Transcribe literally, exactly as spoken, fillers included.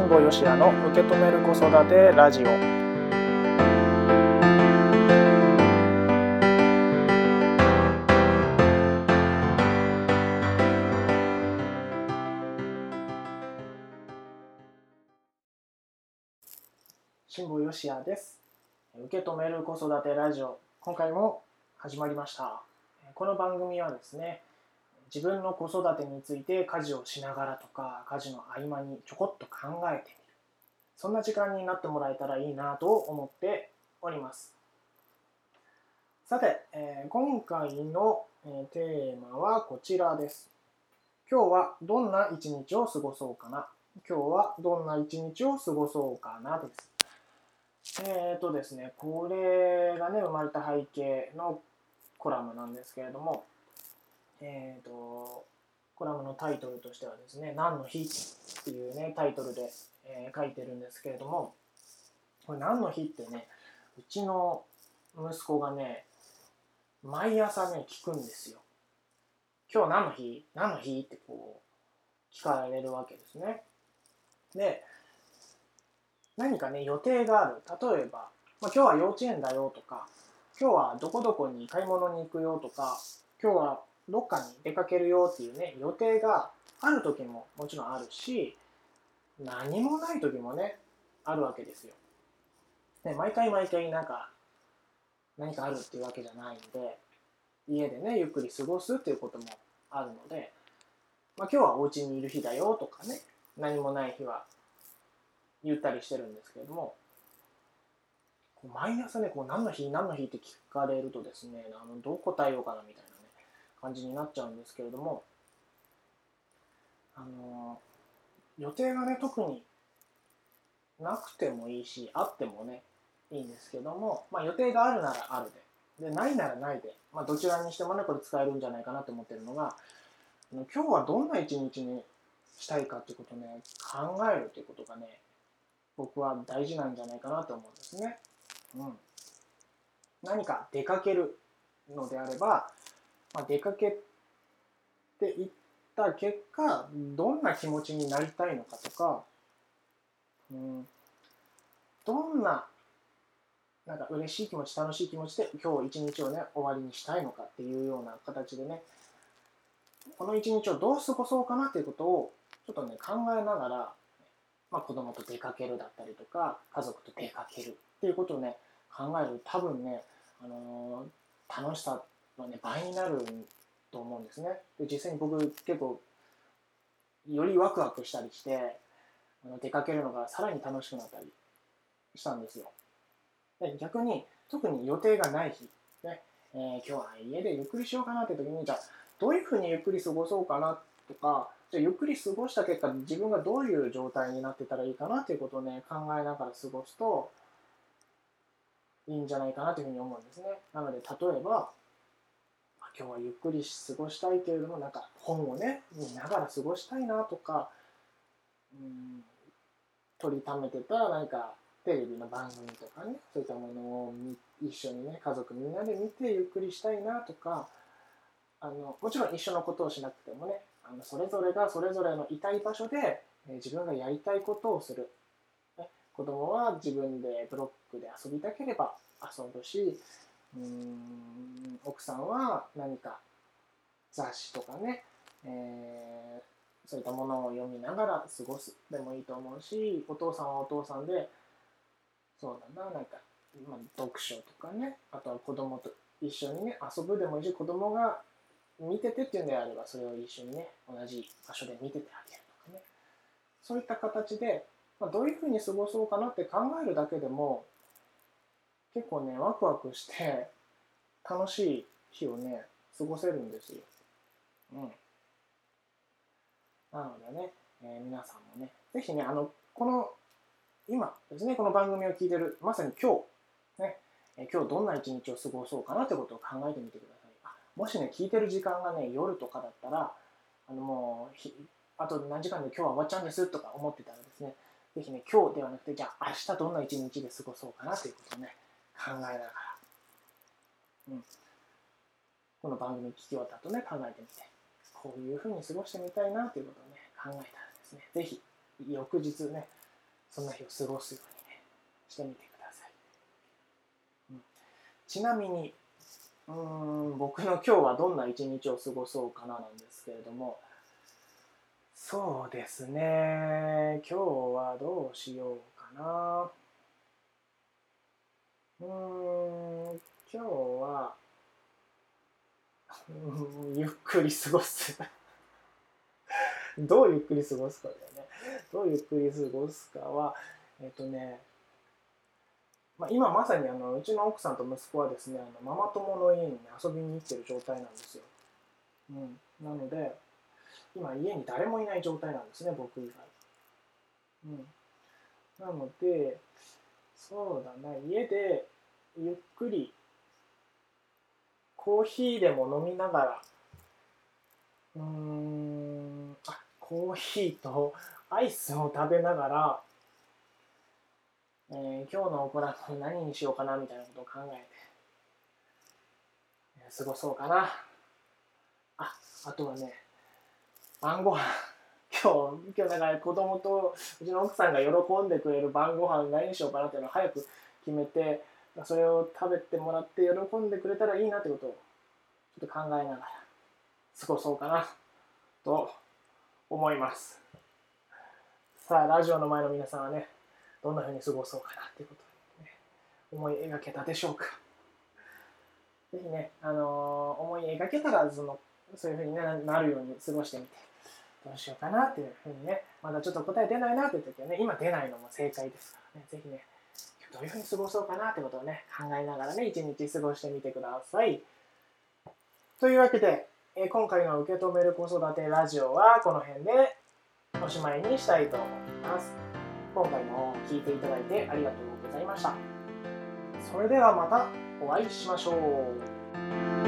保よしやの受け止める子育てラジオ。新保よしやです。受け止める子育てラジオ、今回も始まりました。この番組はですね、自分の子育てについて家事をしながらとか家事の合間にちょこっと考えてみる、そんな時間になってもらえたらいいなと思っております。さて、えー、今回の、えー、テーマはこちらです。今日はどんな一日を過ごそうかな。今日はどんな一日を過ごそうかなです。えーとですね、これがね、生まれた背景のコラムなんですけれども、えーと、コラムのタイトルとしてはですね、何の日っていうね、タイトルで、えー、書いてるんですけれども、これ何の日ってね、うちの息子がね、毎朝ね、聞くんですよ。今日何の日何の日ってこう、聞かれるわけですね。で、何かね、予定がある。例えば、まあ、今日は幼稚園だよとか、今日はどこどこに買い物に行くよとか、今日はどっかに出かけるよっていうね、予定がある時ももちろんあるし、何もない時もね、あるわけですよ。ね、毎回毎回なんか、何かあるっていうわけじゃないんで、家でね、ゆっくり過ごすっていうこともあるので、まあ、今日はお家にいる日だよとかね、何もない日は言ったりしてるんですけれども、毎朝ね、こう何の日何の日って聞かれるとですね、あのどう答えようかなみたいなね、感じになっちゃうんですけれども、あの予定がね、特になくてもいいし、あってもね、いいんですけども、まあ、予定があるならあるで、でないならないで、まあ、どちらにしてもね、これ使えるんじゃないかなと思ってるのが、今日はどんな一日にしたいかっていうことをね、考えるっていうことがね、僕は大事なんじゃないかなと思うんですね。うん。何か出かけるのであれば、まあ、出かけていった結果、どんな気持ちになりたいのかとか、うん、どんななんか嬉しい気持ち、楽しい気持ちで今日一日をね、終わりにしたいのかっていうような形でね、この一日をどう過ごそうかなということをちょっとね、考えながら、まあ、子供と出かけるだったりとか、家族と出かけるっていうことをね、考える多分ね、あのー、楽しさのね、倍になると思うんですね。で、実際に僕結構、よりワクワクしたりして、あの出かけるのがさらに楽しくなったりしたんですよ。で、逆に、特に予定がない日、ね、えー、今日は家でゆっくりしようかなって時に、じゃあ、どういうふうにゆっくり過ごそうかなとか、じゃあゆっくり過ごした結果、自分がどういう状態になってたらいいかなっていうことをね、考えながら過ごすといいんじゃないかなというふうに思うんですね。なので、例えば、今日はゆっくり過ごしたいけれども、なんか本をね、見ながら過ごしたいなとか、うん、取りためてた何かテレビの番組とかね、そういったものを一緒にね、家族みんなで見てゆっくりしたいなとか、あのもちろん一緒のことをしなくてもね、あのそれぞれがそれぞれのいたい場所で、えー、自分がやりたいことをする、ね、子供は自分でブロックで遊びたければ遊ぶし、うーん奥さんは何か雑誌とかね、えー、そういったものを読みながら過ごすでもいいと思うし、お父さんはお父さんで、そうだな、なんか、まあ、読書とかね、あとは子供と一緒にね、遊ぶでもいいし、子供が見ててっていうんであれば、それを一緒にね、同じ場所で見ててあげるとかね。そういった形で、まあ、どういうふうに過ごそうかなって考えるだけでも、結構ね、ワクワクして楽しい日をね、過ごせるんですよ。うん。なのでね、えー、皆さんもね、ぜひね、あの、この、今ですね、この番組を聞いてる、まさに今日、ね、えー、今日どんな一日を過ごそうかなってことを考えてみてください。あ、もしね、聞いてる時間がね、夜とかだったら、あのもう、あと何時間で今日は終わっちゃうんですとか思ってたらですね、ぜひね、今日ではなくて、じゃあ明日どんな一日で過ごそうかなということをね、考えながら、うん、この番組聞き終わった後ね、考えてみて、こういうふうに過ごしてみたいなということをね、考えたらですね、ぜひ翌日ね、 そんな日を過ごすようにねしてみてください。うん、ちなみにうーん僕の今日はどんな一日を過ごそうかななんですけれども、そうですね、今日はどうしようかな。うーん今日はうんゆっくり過ごすどうゆっくり過ごすかだよね。どうゆっくり過ごすかはえっとね、まあ、今まさにあのうちの奥さんと息子はですね、あのママ友の家に、ね、遊びに行ってる状態なんですよ。うん、なので今家に誰もいない状態なんですね、僕以外。うん、なのでそうだな、家でゆっくりコーヒーでも飲みながら、うーんあコーヒーとアイスを食べながら、えー、今日のプラン何にしようかなみたいなことを考えて、えー過ごそうかな。ああとはね、晩ご飯今日今日だから子供とうちの奥さんが喜んでくれる晩ご飯何にしようかなっていうのを早く決めて、それを食べてもらって喜んでくれたらいいなってことをちょっと考えながら過ごそうかなと思います。さあラジオの前の皆さんはね、どんな風に過ごそうかなっていうことを、ね、思い描けたでしょうか。ぜひね、あのー、思い描けたらそのそういう風になるように過ごしてみて、どうしようかなっていう風にね、まだちょっと答え出ないなっていう時はね、今出ないのも正解ですからね、ぜひね、どういう風に過ごそうかなってことをね、考えながらね、一日過ごしてみてください。というわけで、えー、今回の受け止める子育てラジオはこの辺でおしまいにしたいと思います。今回も聞いていただいてありがとうございました。それではまたお会いしましょう。